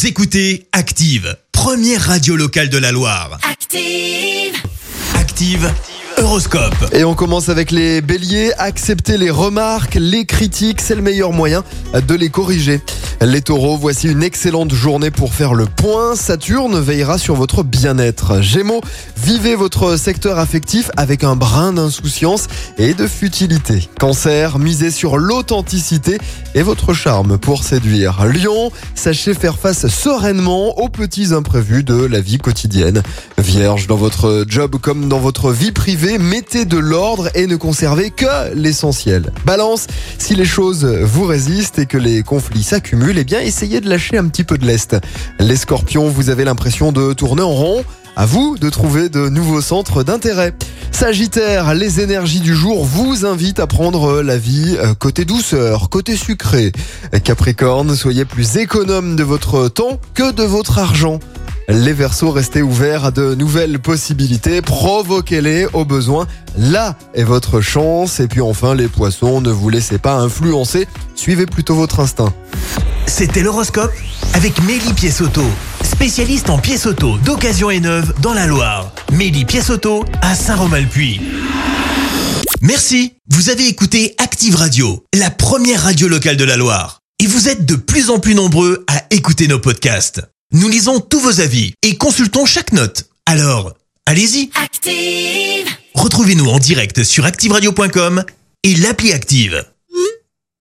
Vous écoutez Active, première radio locale de la Loire. Active. Active Horoscope. Et on commence avec les béliers. Acceptez les remarques, les critiques, c'est le meilleur moyen de les corriger. Les taureaux, voici une excellente journée pour faire le point. Saturne veillera sur votre bien-être. Gémeaux, vivez votre secteur affectif avec un brin d'insouciance et de futilité. Cancer, misez sur l'authenticité et votre charme pour séduire. Lion, sachez faire face sereinement aux petits imprévus de la vie quotidienne. Vierge, dans votre job comme dans votre vie privée, mettez de l'ordre et ne conservez que l'essentiel. Balance, si les choses vous résistent et que les conflits s'accumulent, eh bien essayez de lâcher un petit peu de lest. Les scorpions, vous avez l'impression de tourner en rond. À vous de trouver de nouveaux centres d'intérêt. Sagittaire, les énergies du jour vous invitent à prendre la vie côté douceur, côté sucré. Capricorne, soyez plus économe de votre temps que de votre argent. Les Verseaux, restez ouverts à de nouvelles possibilités, provoquez-les au besoin. Là est votre chance. Et puis enfin, les Poissons, ne vous laissez pas influencer, suivez plutôt votre instinct. C'était l'horoscope avec Mélie Piessotto, spécialiste en pièces auto d'occasion et neuve dans la Loire. Mélie Piessotto à Saint-Romain-le-Puy. Merci, vous avez écouté Active Radio, la première radio locale de la Loire. Et vous êtes de plus en plus nombreux à écouter nos podcasts. Nous lisons tous vos avis et consultons chaque note. Alors, allez-y. Active. Retrouvez-nous en direct sur activeradio.com et l'appli Active.